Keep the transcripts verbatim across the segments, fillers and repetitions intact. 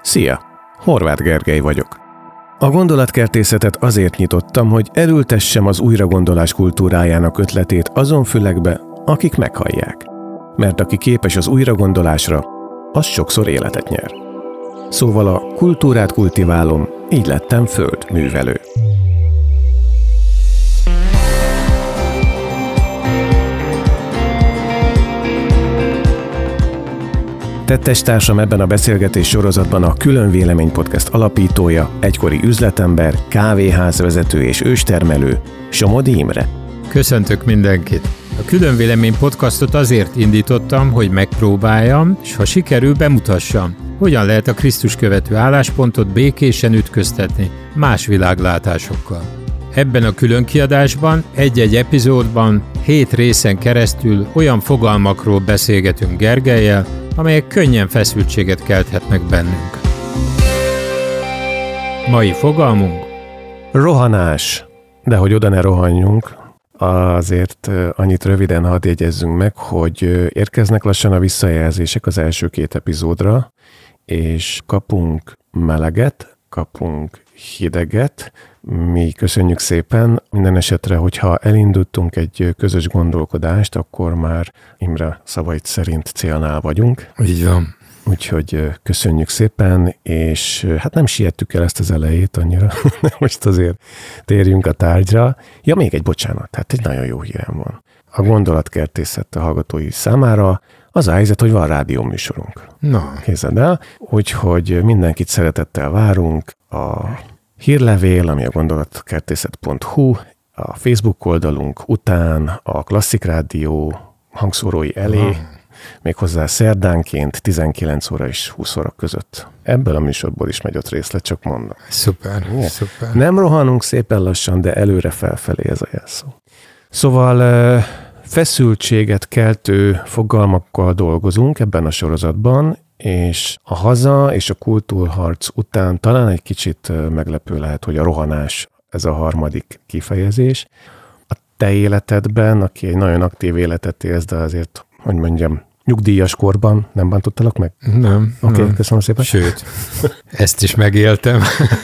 Szia! Horváth Gergely vagyok. A gondolatkertészetet azért nyitottam, hogy erőltessem az újragondolás kultúrájának ötletét azon fülekbe, akik meghallják. Mert aki képes az újragondolásra, az sokszor életet nyer. Szóval a kultúrát kultiválom, így lettem földművelő. Tettestársam ebben a beszélgetés sorozatban a Külön Vélemény Podcast alapítója, egykori üzletember, kávéházvezető és őstermelő, Somodi Imre. Köszöntök mindenkit! A Külön Vélemény Podcastot azért indítottam, hogy megpróbáljam, és ha sikerül, bemutassam, hogyan lehet a Krisztus követő álláspontot békésen ütköztetni más világlátásokkal. Ebben a külön kiadásban, egy-egy epizódban, hét részen keresztül olyan fogalmakról beszélgetünk Gergellyel, amelyek könnyen feszültséget kelthetnek bennünk. Mai fogalmunk? Rohanás. De hogy oda ne rohanjunk, azért annyit röviden hadd jegyezzünk meg, hogy érkeznek lassan a visszajelzések az első két epizódra, és kapunk meleget, kapunk hideget. Mi köszönjük szépen. Minden esetre, hogyha elindultunk egy közös gondolkodást, akkor már Imre szavait szerint célnál vagyunk. Így van. Úgyhogy köszönjük szépen, és hát nem siettük el ezt az elejét annyira, most azért térjünk a tárgyra. Ja, még egy bocsánat, hát egy nagyon jó hírem van. A gondolatkertészet a hallgatói számára az a helyzet, hogy van rádióműsorunk. Na. Képzeld el, úgyhogy mindenkit szeretettel várunk a hírlevél, ami a gondolatkertészet pont hu, a Facebook oldalunk után, a Klasszik Rádió hangszórói elé, ah. méghozzá szerdánként tizenkilenc óra és húsz óra között. Ebből a műsorból is megy ott részlet, csak mondom. Szuper, ja. szuper. Nem rohanunk szépen lassan, de előre felfelé ez a jelszó. Szóval feszültséget keltő fogalmakkal dolgozunk ebben a sorozatban, és a haza és a kultúrharc után talán egy kicsit meglepő lehet, hogy a rohanás ez a harmadik kifejezés. A te életedben, aki egy nagyon aktív életet élsz, de azért, hogy mondjam, nyugdíjas korban nem bántottalak meg? Nem. Oké, okay, köszönöm szépen. Sőt, ezt is megéltem.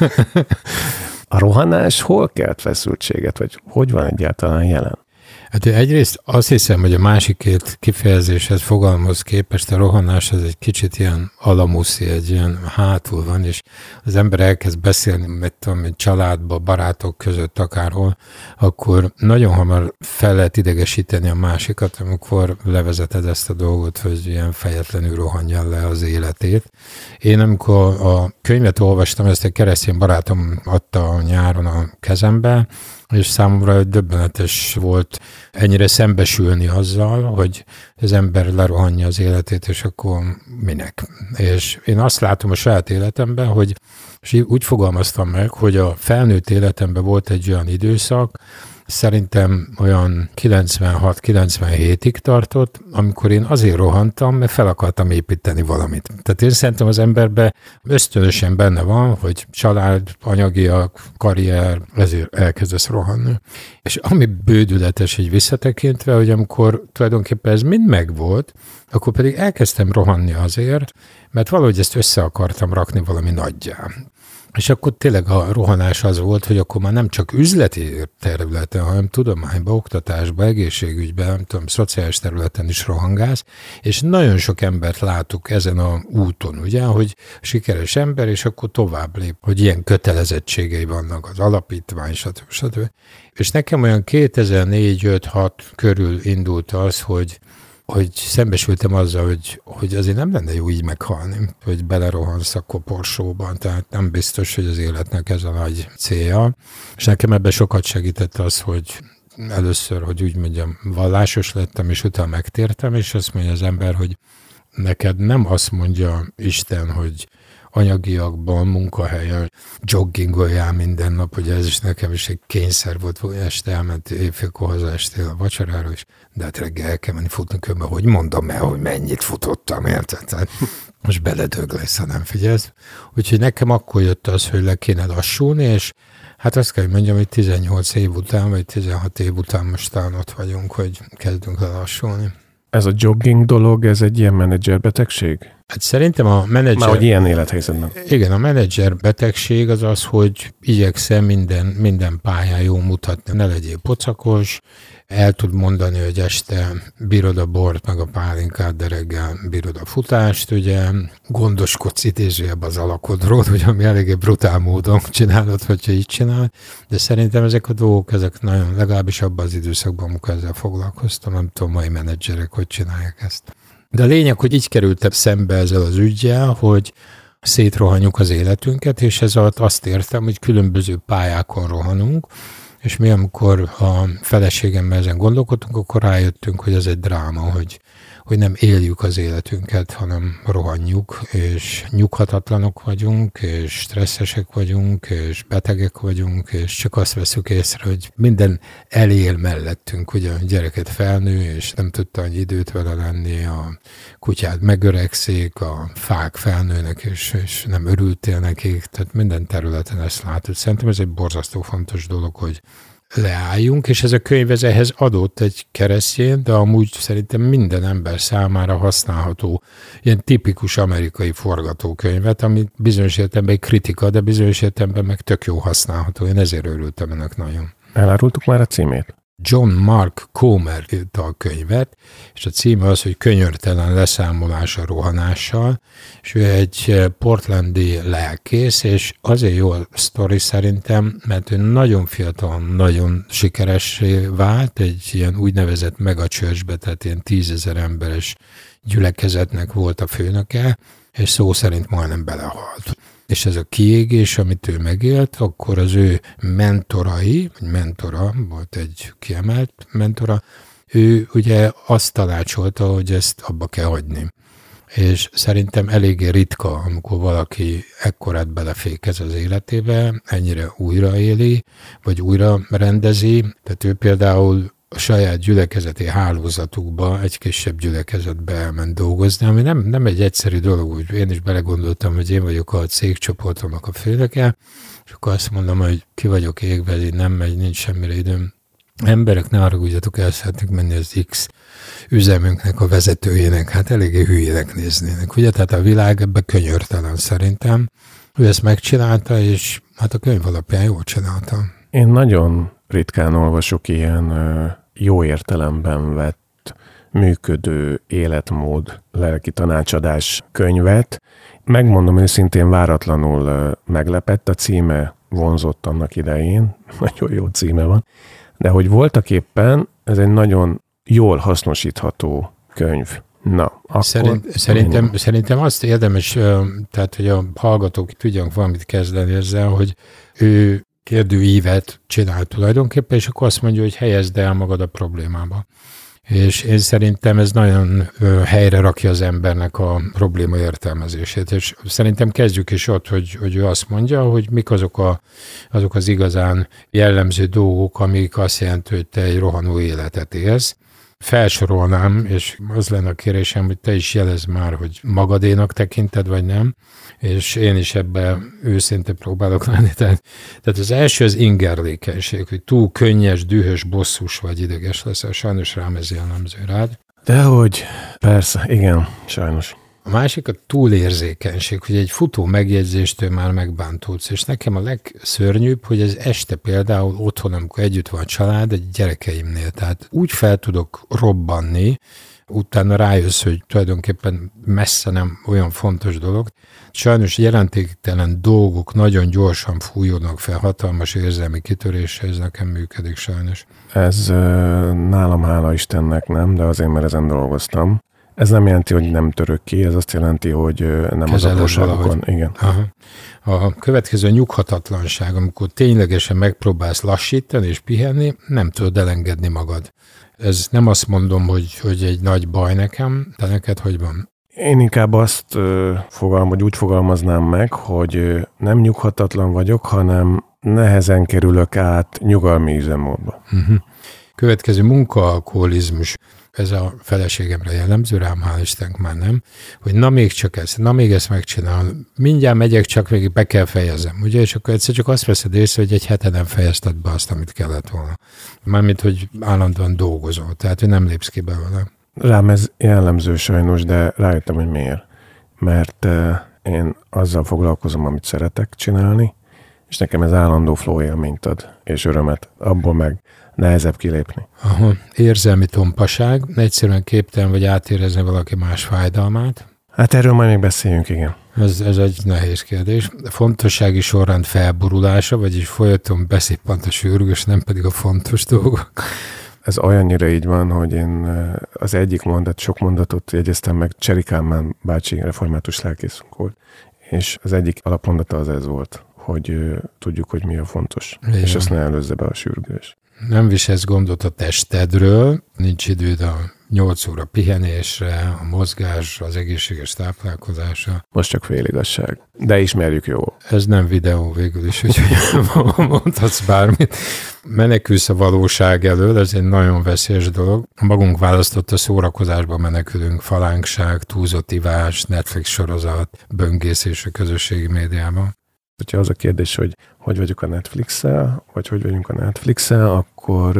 A rohanás hol kelt feszültséget, vagy hogy van egyáltalán jelen? Hát egyrészt azt hiszem, hogy a másik két kifejezéshez fogalmaz képest a rohanás az egy kicsit ilyen alamuszi, egy ilyen hátul van, és az ember elkezd beszélni, mit tudom, egy családba, barátok között akárhol, akkor nagyon hamar fel lehet idegesíteni a másikat, amikor levezeted ezt a dolgot, hogy ilyen fejetlenül rohanjál le az életét. Én amikor a könyvet olvastam, ezt egy keresztény barátom adta a nyáron a kezembe, és számomra döbbenetes volt ennyire szembesülni azzal, hogy az ember lerohanja az életét, és akkor minek. És én azt látom a saját életemben, hogy és úgy fogalmaztam meg, hogy a felnőtt életemben volt egy olyan időszak, szerintem olyan kilencvenhat kilencvenhétig tartott, amikor én azért rohantam, mert fel akartam építeni valamit. Tehát én szerintem az emberben ösztönösen benne van, hogy család, anyagiak, karrier, ezért elkezdesz rohanni. És ami bődületes így visszatekintve, hogy amikor tulajdonképpen ez mind megvolt, akkor pedig elkezdtem rohanni azért, mert valahogy ezt össze akartam rakni valami nagyjá. És akkor tényleg a rohanás az volt, hogy akkor már nem csak üzleti területen, hanem tudományban, oktatásban, egészségügyben, nem tudom, szociális területen is rohangálsz, és nagyon sok embert látuk ezen a úton, ugye, hogy sikeres ember, és akkor tovább lép, hogy ilyen kötelezettségei vannak az alapítvány, stb. stb. És nekem olyan kétezer-négy öt hat körül indult az, hogy hogy szembesültem azzal, hogy, hogy azért nem lenne jó így meghalni, hogy belerohansz a koporsóban, tehát nem biztos, hogy az életnek ez a nagy célja. És nekem ebben sokat segített az, hogy először, hogy úgy mondjam, vallásos lettem, és utána megtértem, és azt mondja az ember, hogy neked nem azt mondja Isten, hogy anyagiakban, munkahelyen joggingoljál minden nap, hogy ez is nekem is egy kényszer volt, hogy este elment, éjfélkor hazaestél a vacsorára is, de hát reggel el kell menni futni körbe, hogy mondom el, hogy mennyit futottam, érted? Tehát most beledög lesz, ha nem figyelsz. Úgyhogy nekem akkor jött az, hogy le kéne lassulni, és hát azt kell, hogy mondjam, hogy tizennyolc év után, vagy tizenhat év után most talán ott vagyunk, hogy kezdünk le lassulni. Ez a jogging dolog, ez egy ilyen menedzserbetegség? Hát szerintem a menedzser... Már hogy ilyen élethelyzetben. Igen, a menedzser betegség az az, hogy igyekszem minden, minden pályán jól mutatni. Ne legyél pocakos, el tud mondani, hogy este bírod a bort, meg a pálinkát, de reggel bírod a futást, ugye gondoskodsz idézőjebb az alakodról, hogy ami eléggé brutál módon csinálod, hogyha így csinál, de szerintem ezek a dolgok, ezek nagyon, legalábbis abban az időszakban, amikor ezzel foglalkoztam, nem tudom, mai menedzserek hogy csinálják ezt. De a lényeg, hogy így kerültem szembe ezzel az üggyel, hogy szétrohanjuk az életünket, és ez alatt azt értem, hogy különböző pályákon rohanunk, és mi, amikor a feleségemmel ezen gondolkodtunk, akkor rájöttünk, hogy ez egy dráma, hogy, hogy nem éljük az életünket, hanem rohanjuk, és nyughatatlanok vagyunk, és stresszesek vagyunk, és betegek vagyunk, és csak azt veszük észre, hogy minden elél mellettünk, ugye a gyereket felnő, és nem tudta annyi időt vele lenni, a kutyád megöregszik, a fák felnőnek, és, és nem örültél nekik, tehát minden területen ezt látod. Szerintem ez egy borzasztó fontos dolog, hogy leálljunk, és ez a könyv ez ehhez adott egy keresztjén, de amúgy szerintem minden ember számára használható ilyen tipikus amerikai forgatókönyvet, ami bizonyos értelemben egy kritika, de bizonyos értelemben meg tök jó használható. Én ezért örültem ennek nagyon. Elárultuk már a címét? John Mark Comer írta a könyvet, és a címe az, hogy Könyörtelen leszámolás a rohanással, és ő egy portlandi lelkész, és azért jó a sztori szerintem, mert ő nagyon fiatal, nagyon sikeressé vált, egy ilyen úgynevezett megachurchbe, tehát ilyen tízezer emberes gyülekezetnek volt a főnöke, és szó szerint majdnem belehalt. És ez a kiégés, amit ő megélt, akkor az ő mentorai, vagy mentora, volt egy kiemelt mentora, ő ugye azt tanácsolta, hogy ezt abba kell hagyni. És szerintem eléggé ritka, amikor valaki ekkorát belefékez az életébe, ennyire újraéli, vagy újra rendezi. Tehát ő például a saját gyülekezeti hálózatukba, egy kisebb gyülekezetbe elment dolgozni, ami nem, nem egy egyszerű dolog, úgy én is belegondoltam, hogy én vagyok a cégcsoportomnak a főnöke, és akkor azt mondom, hogy ki vagyok égve, így nem megy, nincs semmire időm. Emberek, ne haragudjatok, el szeretnék menni az X üzemünknek a vezetőjének, hát eléggé hülyének néznének, ugye? Tehát a világ ebbe könyörtelen szerintem. Ő ezt megcsinálta, és hát a könyv alapján jól csinálta. Én nagyon ritkán olvasok ilyen jó értelemben vett, működő életmód, lelki tanácsadás könyvet. Megmondom őszintén, váratlanul meglepett, a címe vonzott annak idején, nagyon jó címe van, de hogy voltak éppen, ez egy nagyon jól hasznosítható könyv. Na, akkor... Szerint, szerintem, szerintem azt érdemes, tehát hogy a hallgatók tudjanak valamit kezdeni ezzel, hogy ő kérdőívet csinál tulajdonképpen, és akkor azt mondja, hogy helyezd el magad a problémába. És én szerintem ez nagyon helyre rakja az embernek a probléma értelmezését. És szerintem kezdjük is ott, hogy, hogy ő azt mondja, hogy mik azok, a, azok az igazán jellemző dolgok, amik azt jelenti, hogy te egy rohanó életet élsz. Felsorolnám, és az lenne a kérésem, hogy te is jelezd már, hogy magadénak tekinted, vagy nem, és én is ebben őszinte próbálok lenni. Tehát, tehát az első az ingerlékenység, hogy túl könnyes, dühös, bosszús vagy ideges leszel. Sajnos rám ez jellemző rád. Dehogy, persze, igen, sajnos. A másik a túlérzékenység, hogy egy futó megjegyzéstől már megbántódsz, és nekem a legszörnyűbb, hogy ez este például otthon, amikor együtt van a család, egy gyerekeimnél, tehát úgy fel tudok robbanni, utána rájössz, hogy tulajdonképpen messze nem olyan fontos dolog. Sajnos jelentéktelen dolgok nagyon gyorsan fújódnak fel, hatalmas érzelmi kitörése, ez nekem működik sajnos. Ez nálam hála Istennek nem, de azért, mert ezen dolgoztam. Ez nem jelenti, hogy nem török ki, ez azt jelenti, hogy nem kezeled az apróságokon. Igen. Aha. A következő nyughatatlanság, amikor ténylegesen megpróbálsz lassítani és pihenni, nem tudod elengedni magad. Ez nem azt mondom, hogy, hogy egy nagy baj nekem, de neked hogy van? Én inkább azt fogalm, hogy úgy fogalmaznám meg, hogy nem nyughatatlan vagyok, hanem nehezen kerülök át nyugalmi üzemmódba. Uh-huh. Következő munkaalkoholizmus. Ez a feleségemre jellemző, rám hál' Istennek már nem, hogy na még csak ezt, na még ezt megcsinálom, mindjárt megyek, csak még be kell fejezem, ugye, és akkor egyszer csak azt veszed észre, hogy egy hete nem fejezted be azt, amit kellett volna. Mármint, hogy állandóan dolgozol, tehát hogy nem lépsz ki belőle. Rám ez jellemző sajnos, de rájöttem, hogy miért. Mert én azzal foglalkozom, amit szeretek csinálni, és nekem ez állandó flow élményt ad, és örömet. Abból meg nehezebb kilépni. Aha, érzelmi tompaság, egyszerűen képtelen vagy átérezni valaki más fájdalmát. Hát erről majd még beszéljünk, igen. Ez, ez egy nehéz kérdés. Fontossági sorrend felborulása, vagyis folyton beszippant a sürgős, nem pedig a fontos dolgok. Ez olyannyira így van, hogy én az egyik mondat, sok mondatot jegyeztem meg, Cseri Kálmán bácsi református lelkészünk volt, és az egyik alapmondata az ez volt, hogy tudjuk, hogy mi a fontos, igen. És azt ne előzze be a sürgős. Nem viselsz gondot a testedről, nincs időd a nyolc óra pihenésre, a mozgás, az egészséges táplálkozásra. Most csak féligazság, de ismerjük jól. Ez nem videó végül is, hogy mondhatsz bármit. Menekülsz a valóság elől, ez egy nagyon veszélyes dolog. Magunk választotta szórakozásba menekülünk, falánkság, túlzott ivás, Netflix sorozat, böngészés a közösségi médiában. Ha az a kérdés, hogy hogy vagyunk a Netflix-el, vagy hogy vagyunk a Netflix-el, akkor,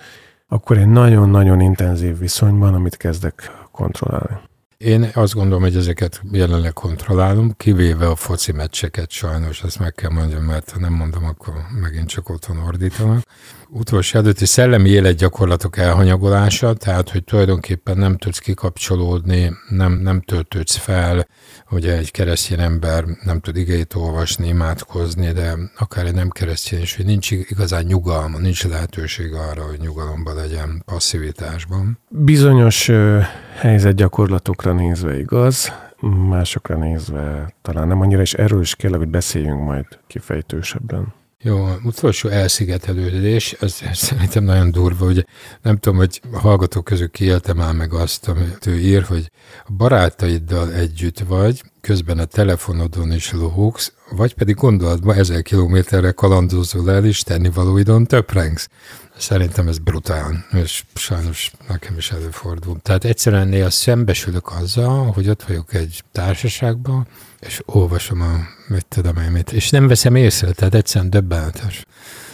akkor egy nagyon-nagyon intenzív viszonyban, amit kezdek kontrollálni. Én azt gondolom, hogy ezeket jelenleg kontrollálom, kivéve a foci meccseket sajnos, ezt meg kell mondjam, mert ha nem mondom, akkor megint csak otthon ordítanak. Utolsó előtti szellemi életgyakorlatok elhanyagolása, tehát, hogy tulajdonképpen nem tudsz kikapcsolódni, nem, nem töltődsz fel, ugye egy keresztény ember nem tud igét olvasni, imádkozni, de akár egy nem keresztény is, hogy nincs igazán nyugalma, nincs lehetőség arra, hogy nyugalomban legyen, passzivitásban. Bizonyos uh, helyzetgyakorlatokra nézve igaz, másokra nézve talán nem annyira, és erről is kell, hogy beszéljünk majd kifejtősebben. Jó, utolsó elszigetelődés, ez, ez szerintem nagyon durva, ugye nem tudom, hogy a hallgatók közül kiéltem már meg azt, amit ő ír, hogy a barátaiddal együtt vagy, közben a telefonodon is lógsz, vagy pedig gondolatban ezer kilométerre kalandozol el, és tennivalóidon töprengsz. Szerintem ez brutál, és sajnos nekem is előfordul. Tehát egyszerűen néha szembesülök azzal, hogy ott vagyok egy társaságban, és olvasom a mit tudom én mit, és nem veszem észre, tehát egyszerűen döbbenetes.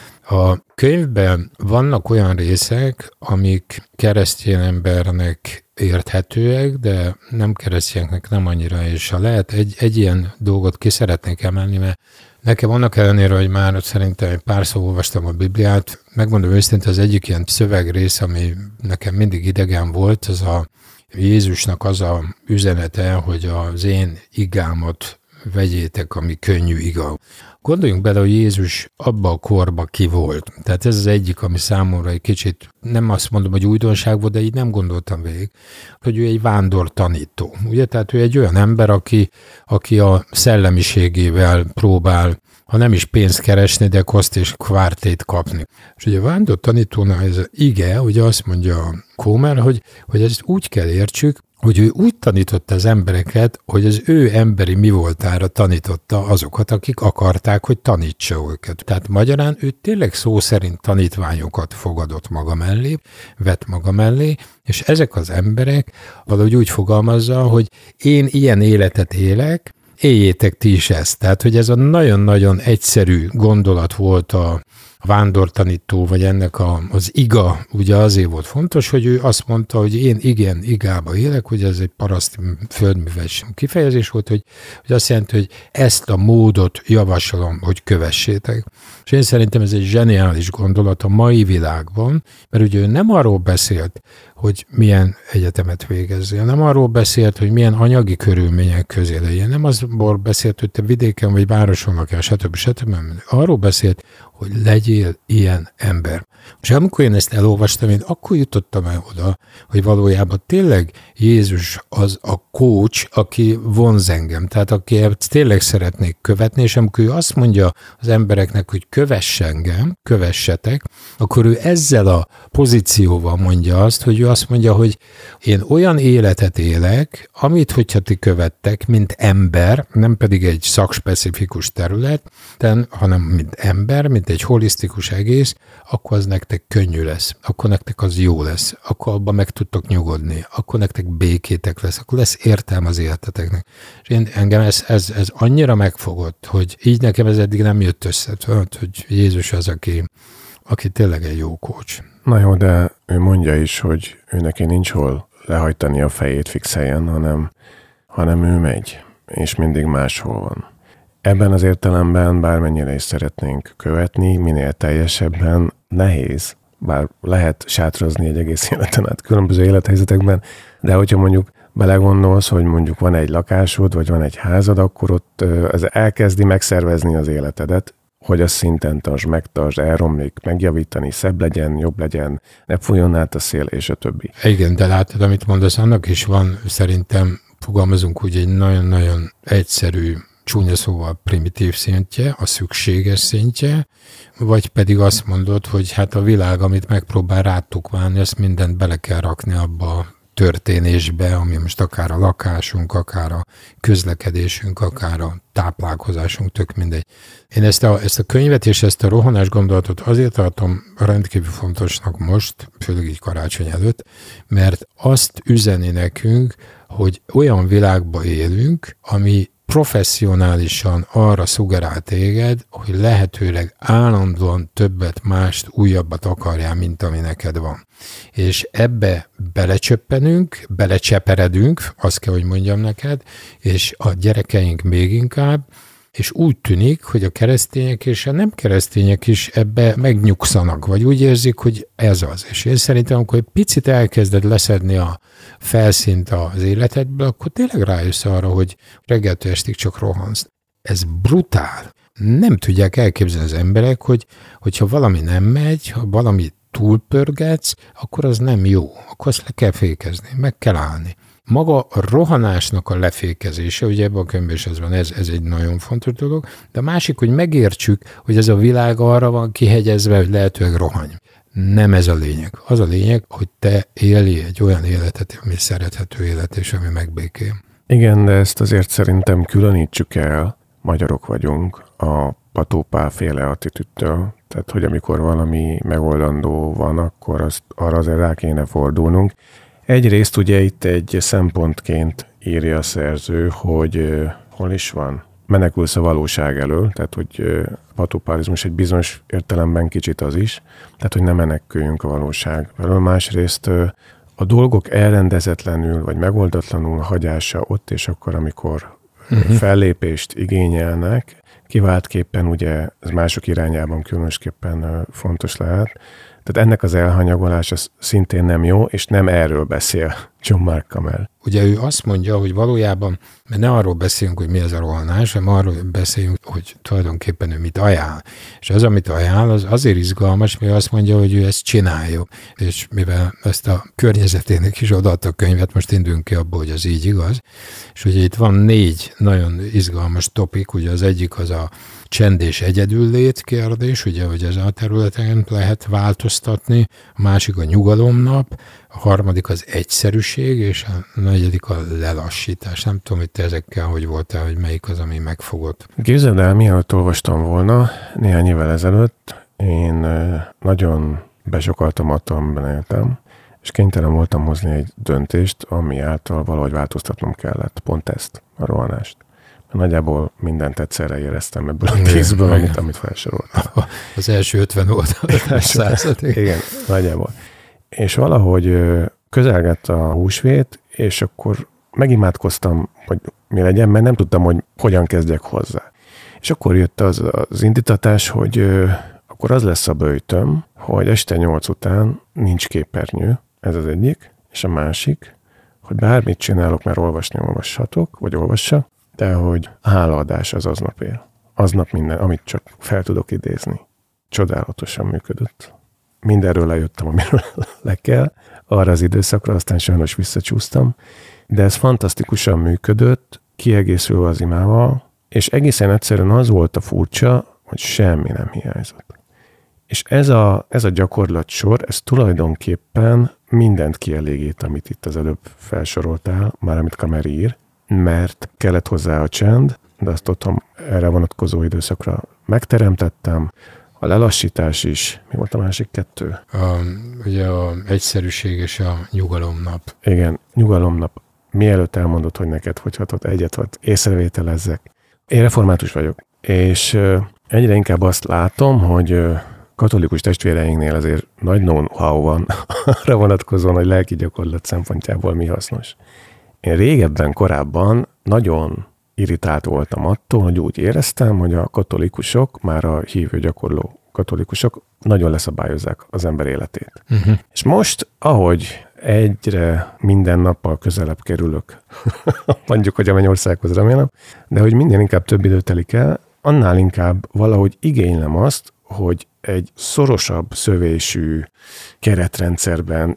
A könyvben vannak olyan részek, amik keresztény embernek érthetőek, de nem keresztényeknek nem annyira, és ha lehet, egy, egy ilyen dolgot ki szeretnék emelni, mert nekem annak ellenére, hogy már szerintem egy pár szó olvastam a Bibliát, megmondom őszintén, az egyik ilyen szövegrész, ami nekem mindig idegen volt, az a Jézusnak az a üzenete, hogy az én igámat vegyétek, ami könnyű iga. Gondoljunk bele, hogy Jézus abba a korba ki volt. Tehát ez az egyik, ami számomra egy kicsit, nem azt mondom, hogy újdonság volt, de így nem gondoltam végig, hogy ő egy vándor tanító. Ugye? Tehát ő egy olyan ember, aki, aki a szellemiségével próbál, ha nem is pénzt keresni, de koszt és kvártét kapni. És ugye a vándor tanítónál ez ige, ugye azt mondja Kómer, hogy, hogy ezt úgy kell értsük, hogy ő úgy tanította az embereket, hogy az ő emberi mi voltára tanította azokat, akik akarták, hogy tanítsa őket. Tehát magyarán ő tényleg szó szerint tanítványokat fogadott maga mellé, vett maga mellé, és ezek az emberek valahogy úgy fogalmazza, hogy én ilyen életet élek, éljétek ti is ezt. Tehát, hogy ez a nagyon-nagyon egyszerű gondolat volt a vándortanító, vagy ennek a, az iga, ugye azért volt fontos, hogy ő azt mondta, hogy én igen, igába élek, ugye ez egy paraszt földműves kifejezés volt, hogy, hogy azt jelenti, hogy ezt a módot javasolom, hogy kövessétek. És én szerintem ez egy zseniális gondolat a mai világban, mert ugye ő nem arról beszélt, hogy milyen egyetemet végezzél, nem arról beszélt, hogy milyen anyagi körülmények közé legyen, nem arról beszélt, hogy te vidéken vagy városon lakjál, stb. stb. Arról beszélt, hogy legyél ilyen ember. És amikor én ezt elolvastam, én akkor jutottam el oda, hogy valójában tényleg Jézus az a coach, aki vonz engem, tehát aki tényleg szeretnék követni, és amikor ő azt mondja az embereknek, hogy kövess engem, kövessetek, akkor ő ezzel a pozícióval mondja azt, hogy ő azt mondja, hogy én olyan életet élek, amit, hogyha ti követtek, mint ember, nem pedig egy szakspecifikus terület, hanem mint ember, mint egy holisztikus egész, akkor az nektek könnyű lesz, akkor nektek az jó lesz, akkor abban meg tudtok nyugodni, akkor nektek békétek lesz, akkor lesz értelme az életeteknek. És én, engem ez, ez, ez annyira megfogott, hogy így nekem ez eddig nem jött össze, hogy Jézus az, aki, aki tényleg egy jó coach. Na jó, de ő mondja is, hogy ő neki nincs hol lehajtani a fejét fixeljen, hanem, hanem ő megy, és mindig máshol van. Ebben az értelemben bármennyire is szeretnénk követni, minél teljesebben nehéz, bár lehet sátrazni egy egész életen át különböző élethelyzetekben, de hogyha mondjuk belegondolsz, hogy mondjuk van egy lakásod, vagy van egy házad, akkor ott az elkezdi megszervezni az életedet, hogy azt szinten tartsd, megtartsd, elromlik, megjavítani, szebb legyen, jobb legyen, ne fújjon át a szél, és a többi. Igen, de látod, amit mondasz, annak is van szerintem, fogalmazunk úgy, egy nagyon-nagyon egyszerű, csúnya szóval primitív szintje, a szükséges szintje, vagy pedig azt mondod, hogy hát a világ, amit megpróbál rátukválni, azt mindent bele kell rakni abba a történésbe, ami most akár a lakásunk, akár a közlekedésünk, akár a táplálkozásunk, tök mindegy. Én ezt a, ezt a könyvet és ezt a rohanás gondolatot azért tartom rendkívül fontosnak most, főleg így karácsony előtt, mert azt üzeni nekünk, hogy olyan világba élünk, ami professzionálisan arra szuggerál téged, hogy lehetőleg állandóan többet, mást, újabbat akarjál, mint ami neked van. És ebbe belecsöppenünk, belecseperedünk, azt kell, hogy mondjam neked, és a gyerekeink még inkább, és úgy tűnik, hogy a keresztények és a nem keresztények is ebbe megnyugszanak, vagy úgy érzik, hogy ez az. És én szerintem, amikor egy picit elkezded leszedni a felszínt az életedből, akkor tényleg rájössz arra, hogy reggeltől estig csak rohansz. Ez brutál. Nem tudják elképzelni az emberek, hogy hogyha valami nem megy, ha valami túlpörgetsz, akkor az nem jó. Akkor azt le kell fékezni, meg kell állni. Maga a rohanásnak a lefékezése, ugye ebben a könyvben is ez van, ez, ez egy nagyon fontos dolog, de a másik, hogy megértsük, hogy ez a világ arra van kihegyezve, hogy lehetőleg rohanj. Nem ez a lényeg. Az a lényeg, hogy te éli egy olyan életet, ami szerethető élet, és ami megbékél. Igen, de ezt azért szerintem különítsük el, magyarok vagyunk, a Pató Pál féle attitűdtől. Tehát, hogy amikor valami megoldandó van, akkor azt, arra azért rá kéne fordulnunk. Egyrészt ugye itt egy szempontként írja a szerző, hogy uh, hol is van? Menekülsz a valóság elől, tehát hogy uh, patopálizmus egy bizonyos értelemben kicsit az is, tehát hogy ne meneküljünk a valóság elől. Másrészt uh, a dolgok elrendezetlenül vagy megoldatlanul hagyása ott és akkor, amikor uh-huh. fellépést igényelnek, kiváltképpen ugye ez mások irányában különösképpen uh, fontos lehet. Tehát ennek az elhanyagolása szintén nem jó, és nem erről beszél John Mark Campbell. Ugye ő azt mondja, hogy valójában, mert ne arról beszélünk, hogy mi ez a rohanás, hanem arról beszélünk, hogy tulajdonképpen ő mit ajánl. És az, amit ajánl, az azért izgalmas, mert azt mondja, hogy ő ezt csinálja. És mivel ezt a környezetének is odaadta a könyvet, most induljunk ki abból, hogy az így igaz. És ugye itt van négy nagyon izgalmas topik, ugye az egyik az a csend és egyedüllét kérdés, ugye, hogy ez a területen lehet változtatni, a másik a nyugalomnap, a harmadik az egyszerűség, és a negyedik a lelassítás. Nem tudom, hogy te ezekkel hogy voltál, hogy melyik az, ami megfogott. Képzeld el, mielőtt olvastam volna, néhány évvel ezelőtt, én nagyon besokaltam attól, amiben éltem, és kénytelen voltam hozni egy döntést, ami által valahogy változtatnom kellett. Pont ezt, a rohanást. Nagyjából mindent egyszerre éreztem ebből a tízből, amit, amit felsoroltam. Az első ötven oldal. Igen, nagyjából. És valahogy közelgett a húsvét, és akkor megimádkoztam, hogy mi legyen, mert nem tudtam, hogy hogyan kezdjek hozzá. És akkor jött az, az indítatás, hogy akkor az lesz a böjtöm, hogy este nyolc után nincs képernyő, ez az egyik, és a másik, hogy bármit csinálok, mert olvasni olvashatok, vagy olvassa, de hogy a hálaadás az aznap él. Aznap minden, amit csak fel tudok idézni. Csodálatosan működött. Mindenről lejöttem, amiről le kell. Arra az időszakra, aztán sajnos visszacsúsztam. De ez fantasztikusan működött, kiegészülve az imával, és egészen egyszerűen az volt a furcsa, hogy semmi nem hiányzott. És ez a, ez a gyakorlatsor, ez tulajdonképpen mindent kielégít, amit itt az előbb felsoroltál, már amit Campbell ír, mert kellett hozzá a csend, de azt otthon erre vonatkozó időszakra megteremtettem. A lelassítás is. Mi volt a másik kettő? A, ugye a egyszerűség és a nyugalomnap. Igen, nyugalomnap. Mielőtt elmondod, hogy neked hogy hatott egyet, vagy észrevételezzek. Én református vagyok, és egyre inkább azt látom, hogy katolikus testvéreinknél azért nagy know-how van arra vonatkozóan, hogy lelki gyakorlat szempontjából mi hasznos. Én régebben, korábban nagyon irritált voltam attól, hogy úgy éreztem, hogy a katolikusok, már a hívő gyakorló katolikusok nagyon leszabályozzák az ember életét. Uh-huh. És most, ahogy egyre minden nappal közelebb kerülök, mondjuk, hogy a Mennyországhoz remélem, de hogy minden inkább több idő telik el, annál inkább valahogy igénylem azt, hogy egy szorosabb szövésű keretrendszerben,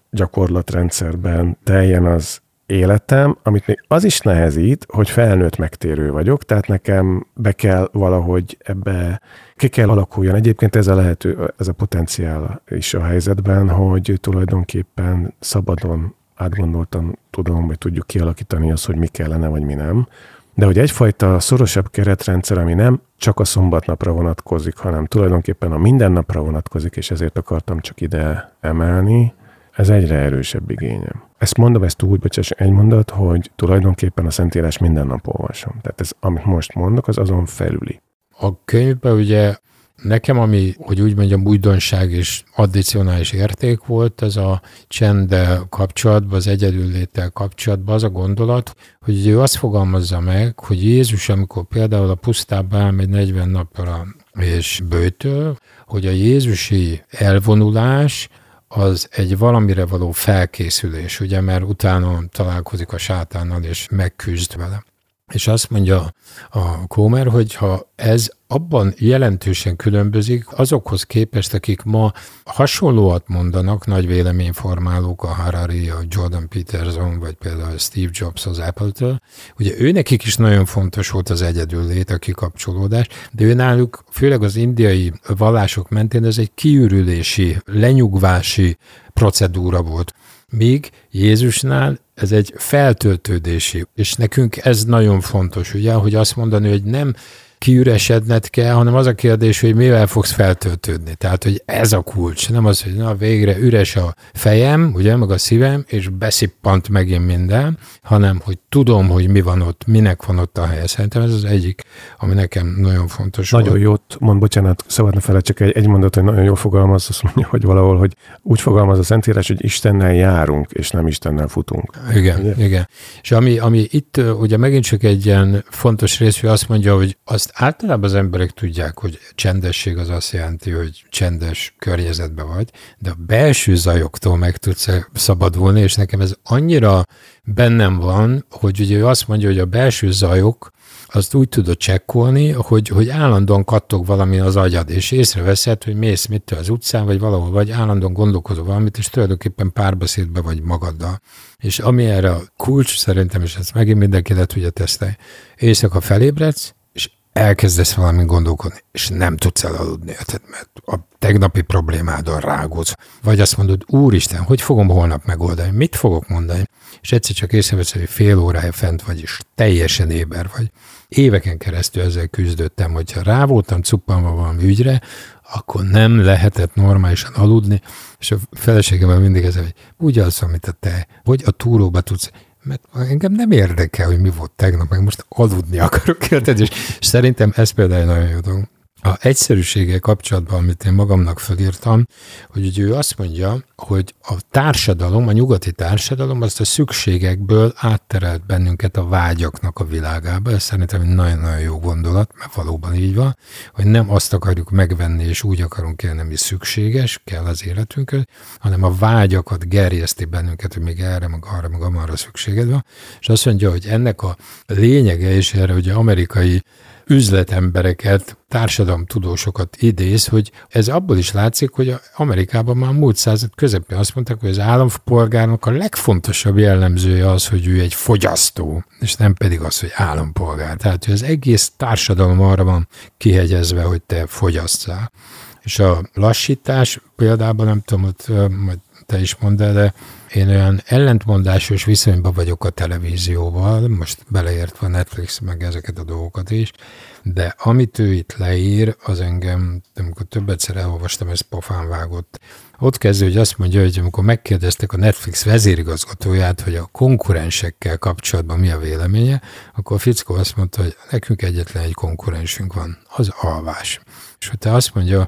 hitgyakorlatrendszerben teljen az életem, amit még az is nehezít, hogy felnőtt megtérő vagyok, tehát nekem be kell valahogy ebbe, ki kell alakuljon. Egyébként ez a lehető, ez a potenciál is a helyzetben, hogy tulajdonképpen szabadon, átgondoltan tudom, vagy tudjuk kialakítani azt, hogy mi kellene, vagy mi nem. De hogy egyfajta szorosabb keretrendszer, ami nem csak a szombatnapra vonatkozik, hanem tulajdonképpen a mindennapra vonatkozik, és ezért akartam csak ide emelni, ez egyre erősebb igényem. Ezt mondom, ezt úgy, bocsáss, egy mondat, hogy tulajdonképpen a Szentírás minden nap olvasom. Tehát ez, amit most mondok, az azon felüli. A könyvben ugye nekem, ami, hogy úgy mondjam, újdonság és addicionális érték volt, ez a csenddel kapcsolatban, az egyedülléttel kapcsolatban az a gondolat, hogy ő azt fogalmazza meg, hogy Jézus, amikor például a pusztába elmegy negyven napra és böjtöl, hogy a jézusi elvonulás az egy valamire való felkészülés, ugye, mert utána találkozik a sátánnal, és megküzd vele. És azt mondja a Comer, hogy ha ez abban jelentősen különbözik azokhoz képest, akik ma hasonlóat mondanak, nagy véleményformálók, a Harari, a Jordan Peterson, vagy például Steve Jobs az Apple-től, ugye őnekik is nagyon fontos volt az egyedüllét, a kikapcsolódás, de ő náluk, főleg az indiai vallások mentén ez egy kiürülési, lenyugvási procedúra volt. Míg Jézusnál ez egy feltöltődési, és nekünk ez nagyon fontos, ugye, hogy azt mondani, hogy nem kiüresedned kell, hanem az a kérdés, hogy mivel fogsz feltöltődni. Tehát, hogy ez a kulcs, nem az, hogy na végre üres a fejem, ugye, meg a szívem, és beszippant megint minden, hanem, hogy tudom, hogy mi van ott, minek van ott a helye. Szerintem ez az egyik, ami nekem nagyon fontos. Nagyon volt. jót mond, bocsánat, szabadna fele, csak egy, egy mondat, hogy nagyon jól fogalmaz, azt mondja, hogy valahol, hogy úgy fogalmaz a Szentírás, hogy Istennel járunk, és nem Istennel futunk. Igen, ugye? Igen. És ami, ami itt ugye megint csak egy ilyen fontos rész, hogy azt mondja, hogy azt általában az emberek tudják, hogy csendesség az azt jelenti, hogy csendes környezetben vagy, de a belső zajoktól meg tudsz szabadulni, és nekem ez annyira bennem van, hogy ugye ő azt mondja, hogy a belső zajok azt úgy tudod csekkolni, hogy, hogy állandóan kattog valami az agyad, és észreveszed, hogy mész mit az utcán, vagy valahol vagy, állandóan gondolkozol valamit, és tulajdonképpen párbeszédbe vagy magaddal. És ami erre a kulcs szerintem, és ezt megint mindenki le tudja tesztelni, éjszaka felébredsz, elkezdesz valami gondolkodni, és nem tudsz elaludni, mert a tegnapi problémádon rágódsz. Vagy azt mondod, úristen, hogy fogom holnap megoldani, mit fogok mondani? És egyszer csak észrevesz, hogy fél órája fent vagy, és teljesen éber vagy. Éveken keresztül ezzel küzdöttem, hogyha rá voltam cuppanva valami ügyre, akkor nem lehetett normálisan aludni, és a feleségemmel mindig ez, hogy úgy alszom, mint a te, hogy a túróba tudsz, mert engem nem érdekel, hogy mi volt tegnap, meg most aludni akarok, érted? És szerintem ez például nagyon jó dolog. A egyszerűséggel kapcsolatban, amit én magamnak felírtam, hogy ugye ő azt mondja, hogy a társadalom, a nyugati társadalom azt a szükségekből átterelt bennünket a vágyaknak a világába. Ez szerintem egy nagyon-nagyon jó gondolat, mert valóban így van, hogy nem azt akarjuk megvenni, és úgy akarunk élni, ami szükséges, kell az életünkhöz, hanem a vágyakat gerjeszti bennünket, hogy még erre, meg arra, meg amarra szükséged van. És azt mondja, hogy ennek a lényege, és erre ugye amerikai üzletembereket, társadalomtudósokat idéz, hogy ez abból is látszik, hogy Amerikában már múlt század közepén azt mondták, hogy az állampolgárnak a legfontosabb jellemzője az, hogy ő egy fogyasztó, és nem pedig az, hogy állampolgár. Tehát, hogy az egész társadalom arra van kihegyezve, hogy te fogyasszál. És a lassítás példában, nem tudom, hogy majd te is mondd el, de én olyan ellentmondásos viszonyban vagyok a televízióval, most beleértve a Netflix meg ezeket a dolgokat is, de amit ő itt leír, az engem, amikor többetszer elolvastam, ez pofán vágott. Ott kezdő, hogy azt mondja, hogy amikor megkérdeztek a Netflix vezérigazgatóját, hogy a konkurensekkel kapcsolatban mi a véleménye, akkor a fickó azt mondta, hogy nekünk egyetlen egy konkurensünk van, az alvás. És ha te azt mondja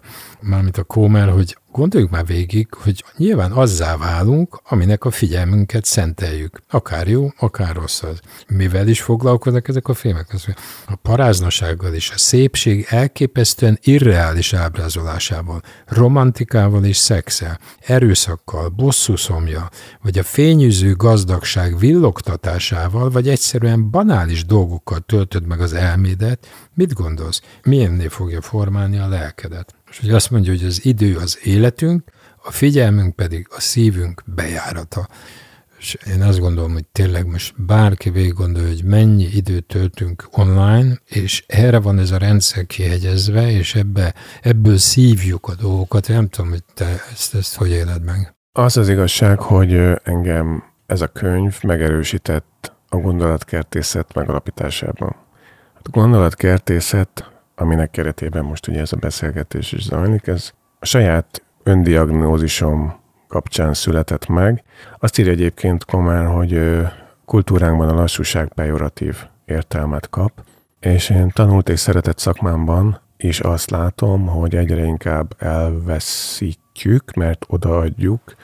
mármint a Kómer, hogy gondoljuk már végig, hogy nyilván azzá válunk, aminek a figyelmünket szenteljük. Akár jó, akár rossz az. Mivel is foglalkoznak ezek a filmek? A paráznasággal és a szépség elképesztően irreális ábrázolásával, romantikával és szexel, erőszakkal, bosszúszomja, vagy a fényűző gazdagság villogtatásával, vagy egyszerűen banális dolgokkal töltöd meg az elmédet. Mit gondolsz? Milyenné fogja formálni a lelkedet? És hogy azt mondja, hogy az idő az életünk, a figyelmünk pedig a szívünk bejárata. És én azt gondolom, hogy tényleg most bárki végig gondolja, hogy mennyi időt töltünk online, és erre van ez a rendszer kihegyezve, és ebbe, ebből szívjuk a dolgokat. Nem tudom, hogy te ezt, ezt hogy éled meg. Az az igazság, hogy engem ez a könyv megerősített a gondolatkertészet megalapításában. A gondolatkertészet, aminek keretében most ugye ez a beszélgetés is zajlik, ez a saját öndiagnózisom kapcsán született meg. Azt írja egyébként Komár, hogy kultúránkban a lassúság pejoratív értelmet kap, és én tanult és szeretett szakmámban is azt látom, hogy egyre inkább elveszítjük, mert odaadjuk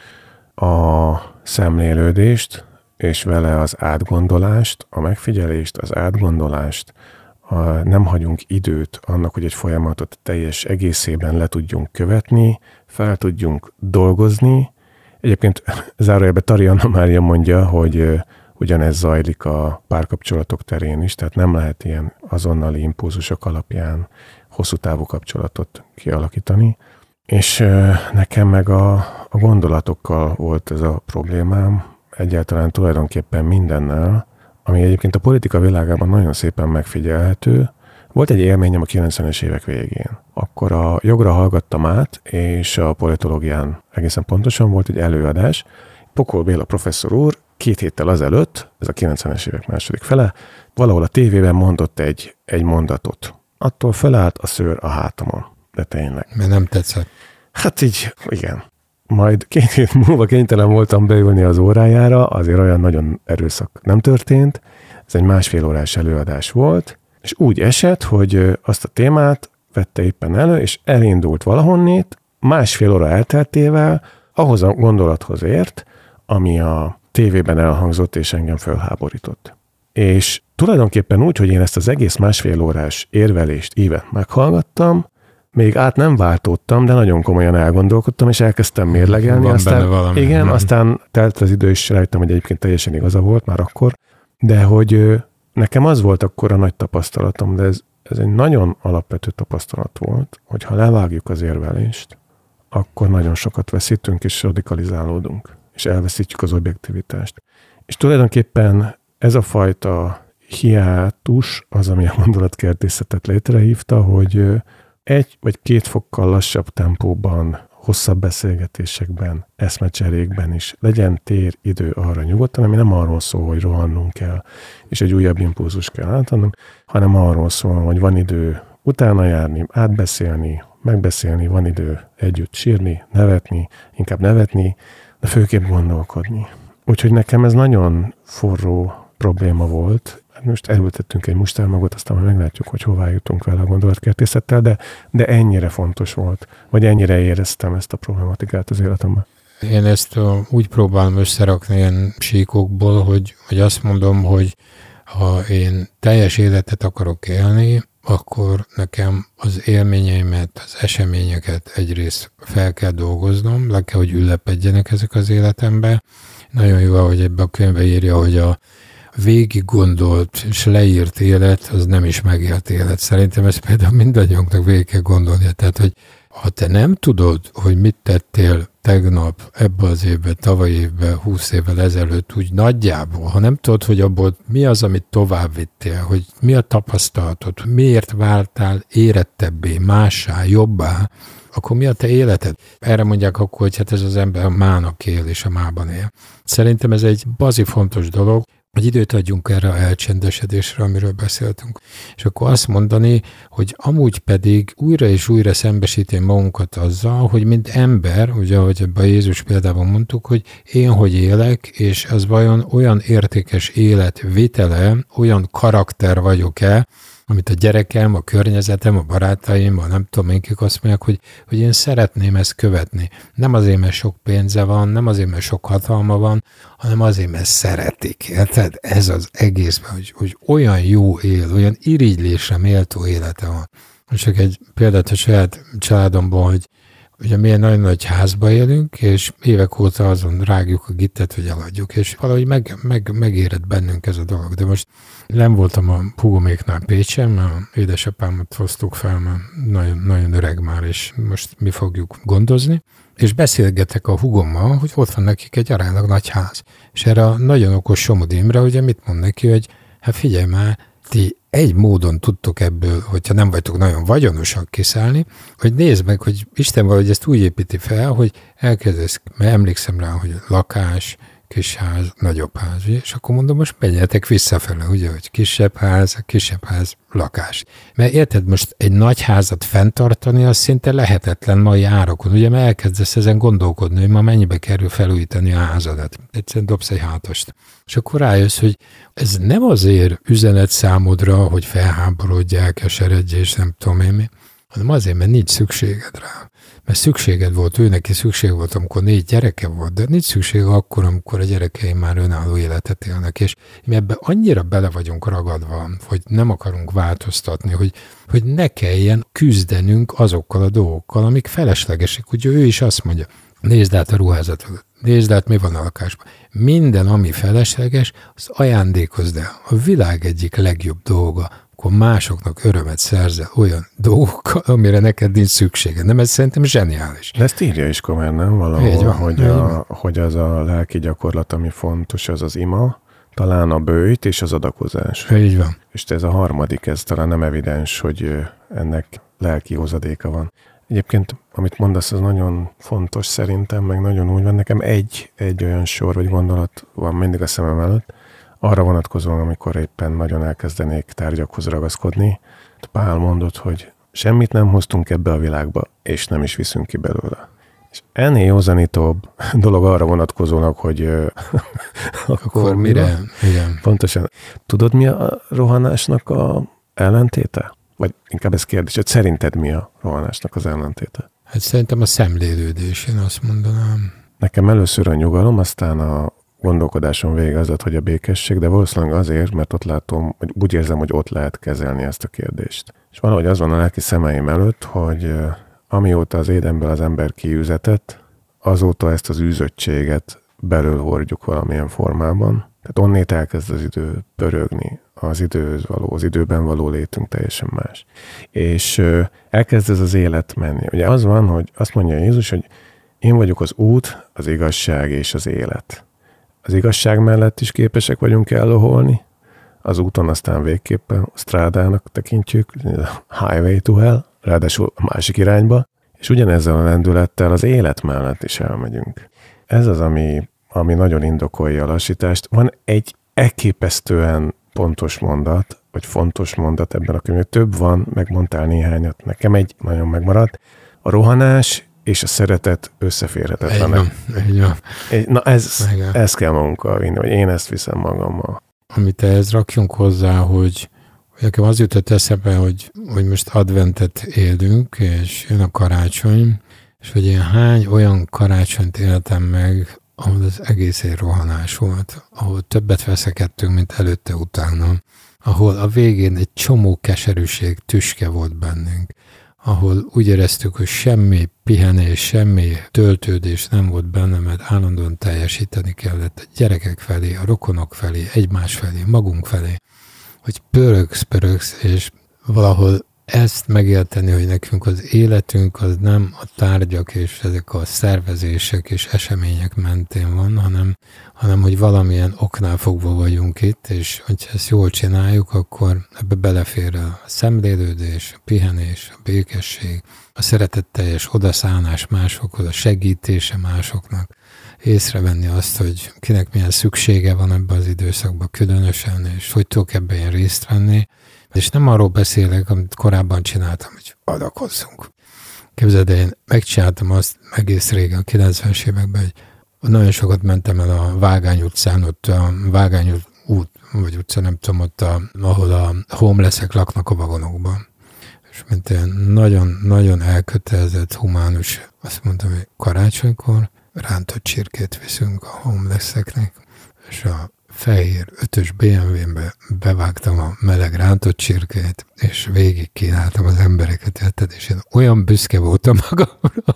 a szemlélődést, és vele az átgondolást, a megfigyelést, az átgondolást, a, nem hagyunk időt annak, hogy egy folyamatot teljes egészében le tudjunk követni, fel tudjunk dolgozni. Egyébként zárójelben Tari Anna Mária mondja, hogy ugyanez zajlik a párkapcsolatok terén is, tehát nem lehet ilyen azonnali impulzusok alapján hosszú távú kapcsolatot kialakítani. És nekem meg a, a gondolatokkal volt ez a problémám, egyáltalán tulajdonképpen mindennel, ami egyébként a politika világában nagyon szépen megfigyelhető. Volt egy élményem a kilencvenes évek végén. Akkor a jogra hallgattam át, és a politológián egészen pontosan volt egy előadás. Pokol Béla professzor úr két héttel azelőtt, ez a kilencvenes évek második fele, valahol a tévében mondott egy, egy mondatot. Attól felállt a szőr a hátamon. De tényleg. Mert nem tetszett. Hát így, igen. Majd két hét múlva kénytelen voltam beülni az órájára, azért olyan nagyon erőszak nem történt. Ez egy másfél órás előadás volt, és úgy esett, hogy azt a témát vette éppen elő, és elindult valahonnét, másfél óra elteltével ahhoz a gondolathoz ért, ami a tévében elhangzott, és engem fölháborított. És tulajdonképpen úgy, hogy én ezt az egész másfél órás érvelést, ívet meghallgattam, még át nem váltottam, de nagyon komolyan elgondolkodtam, és elkezdtem mérlegelni. Van aztán, valami, igen, nem? Aztán telt az idő, és rájöttem, hogy egyébként teljesen igaza volt már akkor, de hogy nekem az volt akkor a nagy tapasztalatom, de ez, ez egy nagyon alapvető tapasztalat volt, hogy ha levágjuk az érvelést, akkor nagyon sokat veszítünk, és radikalizálódunk, és elveszítjük az objektivitást. És tulajdonképpen ez a fajta hiátus az, ami a gondolatkertészetet létrehívta, hogy egy vagy két fokkal lassabb tempóban, hosszabb beszélgetésekben, eszmecserékben is legyen tér, idő arra nyugodtan, ami nem arról szól, hogy rohannunk kell, és egy újabb impulzus kell átadnunk, hanem arról szól, hogy van idő utána járni, átbeszélni, megbeszélni, van idő együtt sírni, nevetni, inkább nevetni, de főképp gondolkodni. Úgyhogy nekem ez nagyon forró probléma volt. Most elültettünk egy mustármagot, aztán majd meglátjuk, hogy hová jutunk vele a gondolatkertészettel, de, de ennyire fontos volt, vagy ennyire éreztem ezt a problematikát az életemben. Én ezt uh, úgy próbálom összerakni ilyen síkokból, hogy, hogy azt mondom, hogy ha én teljes életet akarok élni, akkor nekem az élményeimet, az eseményeket egyrészt fel kell dolgoznom, le kell, hogy ülepedjenek ezek az életembe. Nagyon jó, ahogy ebbe a könyvbe írja, hogy a végig gondolt és leírt élet, az nem is megélt élet. Szerintem ezt például mindannyiunknak végig kell gondolnia. Tehát, hogy ha te nem tudod, hogy mit tettél tegnap, ebbe az évben, tavaly évben, húsz évvel ezelőtt, úgy nagyjából, ha nem tudod, hogy abból mi az, amit tovább vittél, hogy mi a tapasztalatod, miért váltál érettebbé, mássá, jobbá, akkor mi a te életed? Erre mondják akkor, hogy hát ez az ember a mának él, és a mában él. Szerintem ez egy bazi fontos dolog, hogy időt adjunk erre a elcsendesedésre, amiről beszéltünk. És akkor azt mondani, hogy amúgy pedig újra és újra szembesíteni magunkat azzal, hogy mint ember, ugye, ahogy ebben a Jézus példában mondtuk, hogy én hogy élek, és az vajon olyan értékes életvitele, olyan karakter vagyok-e, amit a gyerekem, a környezetem, a barátaim, a nem tudom én kik azt mondják, hogy, hogy én szeretném ezt követni. Nem azért, mert sok pénze van, nem azért, mert sok hatalma van, hanem azért, mert szeretik. Érted? Ez az egészben, hogy, hogy olyan jó él, olyan irigylésre méltó élete van. Csak egy példát a saját családomból, hogy ugye mi egy nagyon nagy házba élünk, és évek óta azon rágjuk a gittet, hogy eladjuk, és valahogy meg, meg, megérett bennünk ez a dolog. De most nem voltam a hugoméknál Pécsen, mert édesapámat hoztuk fel, mert nagyon, nagyon öreg már, és most mi fogjuk gondozni, és beszélgetek a hugommal, hogy ott van nekik egy aránylag nagy ház. És erre a nagyon okos Somodi Imre, ugye mit mond neki, hogy hát figyelj már, ti egy módon tudtok ebből, hogyha nem vagytok nagyon vagyonosak kiszállni, hogy nézd meg, hogy Isten valahogy ezt úgy építi fel, hogy elkezdesz, mert emlékszem rá, hogy lakás, kis ház, nagyobb ház, ugye? És akkor mondom, most menjetek visszafele, ugye, hogy kisebb ház, kisebb ház, lakás. Mert érted, most egy nagy házat fenntartani, az szinte lehetetlen mai árakon, ugye, mert elkezdesz ezen gondolkodni, hogy ma mennyibe kerül felújítani a házadat. Egyszerűen dobsz egy hátast. És akkor rájössz, hogy ez nem azért üzenet számodra, hogy felháborodják, eseredj, és nem tudom én mi, hanem azért, mert nincs szükséged rá. Mert szükséged volt, ő neki szükség volt, amikor négy gyereke volt, de nincs szükség akkor, amikor a gyerekeim már önálló életet élnek, és mi ebben annyira bele vagyunk ragadva, hogy nem akarunk változtatni, hogy, hogy ne kelljen küzdenünk azokkal a dolgokkal, amik feleslegesek. Ugye ő is azt mondja, nézd át a ruházatot, nézd át, mi van a lakásban. Minden, ami felesleges, az ajándékozd el. A világ egyik legjobb dolga, akkor másoknak örömet szerzel olyan dolgokkal, amire neked nincs szüksége. Nem, ez szerintem zseniális. De ezt írja is Komár, nem? Valahol, van, hogy, a, hogy az a lelki gyakorlat, ami fontos, az az ima, talán a bőjt és az adakozás. Így van. És ez a harmadik, ez talán nem evidens, hogy ennek lelki hozadéka van. Egyébként, amit mondasz, az nagyon fontos szerintem, meg nagyon úgy van. Nekem egy, egy olyan sor vagy gondolat van mindig a szemem előtt, arra vonatkozóan, amikor éppen nagyon elkezdenék tárgyakhoz ragaszkodni. Pál mondott, hogy semmit nem hoztunk ebbe a világba, és nem is viszünk ki belőle. És ennél józanítóbb dolog arra vonatkozónak, hogy akkor, akkor mire? Igen. Pontosan. Tudod, mi a rohanásnak a ellentéte? Vagy inkább ez kérdés, hogy szerinted mi a rohanásnak az ellentéte? Hát szerintem a szemlélődés, én azt mondanám. Nekem először a nyugalom, aztán a gondolkodáson vége az, hogy a békesség, de valószínűleg azért, mert ott látom, hogy úgy érzem, hogy ott lehet kezelni ezt a kérdést. És valahogy az van a lelki szemeim előtt, hogy amióta az édenből az ember kiüzetett, azóta ezt az űzöttséget belül hordjuk valamilyen formában. Tehát onnét elkezd az idő pörögni, az időhöz való, az időben való létünk teljesen más. És elkezd ez az élet menni. Ugye az van, hogy azt mondja Jézus, hogy én vagyok az út, az igazság és az élet. Az igazság mellett is képesek vagyunk elloholni, az úton aztán végképpen a strádának tekintjük, highway to hell, ráadásul a másik irányba, és ugyanezzel a lendülettel az élet mellett is elmegyünk. Ez az, ami, ami nagyon indokolja a lassítást. Van egy elképesztően pontos mondat, vagy fontos mondat ebben a könyvben. Több van, megmondtál néhányat. Nekem egy nagyon megmaradt. A rohanás és a szeretet összeférhetetlenek. Így van. Na ez, ez kell magunkkal vinni, vagy én ezt viszem magammal. Amit ehhez rakjunk hozzá, hogy nekem az jutott eszembe, hogy, hogy most adventet élünk, és jön a karácsony, és hogy én hány olyan karácsonyt éltem meg, ahol az egész egy rohanás volt, ahol többet veszekedtünk, mint előtte-utána, ahol a végén egy csomó keserűség, tüske volt bennünk, ahol úgy éreztük, hogy semmi pihenés, semmi töltődés nem volt benne, mert állandóan teljesíteni kellett a gyerekek felé, a rokonok felé, egymás felé, magunk felé, hogy pörögsz, pörögsz, és valahol ezt megérteni, hogy nekünk az életünk az nem a tárgyak és ezek a szervezések és események mentén van, hanem, hanem hogy valamilyen oknál fogva vagyunk itt, és hogyha ezt jól csináljuk, akkor ebbe belefér a szemlélődés, a pihenés, a békesség, a szeretetteljes odaszánás másokhoz, a segítése másoknak, észrevenni azt, hogy kinek milyen szüksége van ebben az időszakban különösen, és hogy tudok ebben én részt venni. És nem arról beszélek, amit korábban csináltam, hogy adakozzunk. Képzeld, én megcsináltam azt egész régen, a kilencvenes években, hogy nagyon sokat mentem el a Vágány utcán, ott a Vágány út, vagy utca, nem tudom, ott, a, ahol a homelessek laknak a vagonokban. És mint ilyen nagyon-nagyon elkötelezett, humánus, azt mondtam, hogy karácsonykor rántott csirkét viszünk a homelesseknek, és a fehér ötös bé em vé-be bevágtam a meleg rántott csirkét, és végig kínáltam az embereket, érted? És én olyan büszke voltam magamra.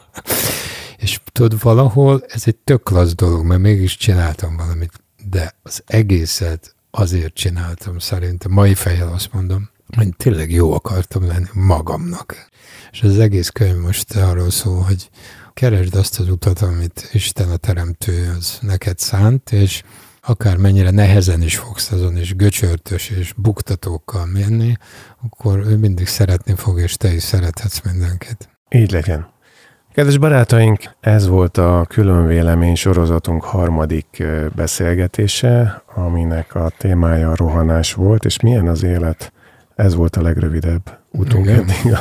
És tudod, valahol ez egy tök klassz dolog, mert mégis csináltam valamit, de az egészet azért csináltam szerintem, mai fejjel azt mondom, hogy tényleg jó akartam lenni magamnak. És az egész könyv most arról szól, hogy keresd azt az utat, amit Isten a teremtő az neked szánt, és akár mennyire nehezen is fogsz azon, és göcsörtös, és buktatókkal menni, akkor ő mindig szeretni fog, és te is szerethetsz mindenkit. Így legyen. Kedves barátaink, ez volt a Különvélemény sorozatunk harmadik beszélgetése, aminek a témája a rohanás volt, és milyen az élet. Ez volt a legrövidebb utunk eddig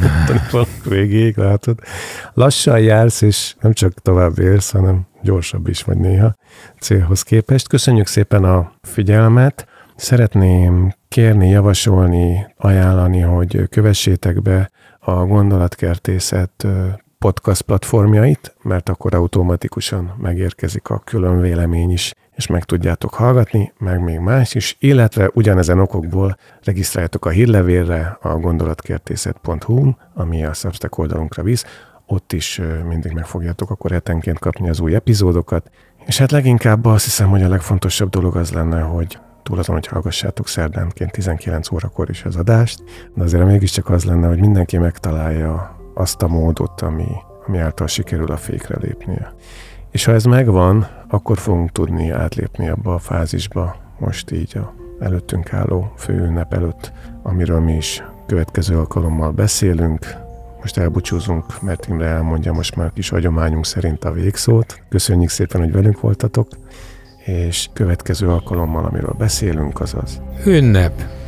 a végéig, látod. Lassan jársz, és nem csak tovább érsz, hanem gyorsabb is vagy néha célhoz képest. Köszönjük szépen a figyelmet. Szeretném kérni, javasolni, ajánlani, hogy kövessétek be a Gondolatkertészet podcast platformjait, mert akkor automatikusan megérkezik a Különvélemény is, és meg tudjátok hallgatni, meg még más is, illetve ugyanezen okokból regisztráljátok a hírlevélre a gondolatkertészet pont hu, ami a Substack oldalunkra visz, ott is mindig meg fogjátok akkor hetenként kapni az új epizódokat, és hát leginkább azt hiszem, hogy a legfontosabb dolog az lenne, hogy túl azon, hogy hallgassátok szerdánként tizenkilenc órakor is az adást, de azért mégiscsak az lenne, hogy mindenki megtalálja azt a módot, ami, ami által sikerül a fékre lépnie. És ha ez megvan, akkor fogunk tudni átlépni abba a fázisba, most így a előttünk álló főünnep előtt, amiről mi is következő alkalommal beszélünk. Most elbúcsúzunk, mert Imre elmondja most már kis hagyományunk szerint a végszót. Köszönjük szépen, hogy velünk voltatok, és következő alkalommal, amiről beszélünk, azaz ünnep!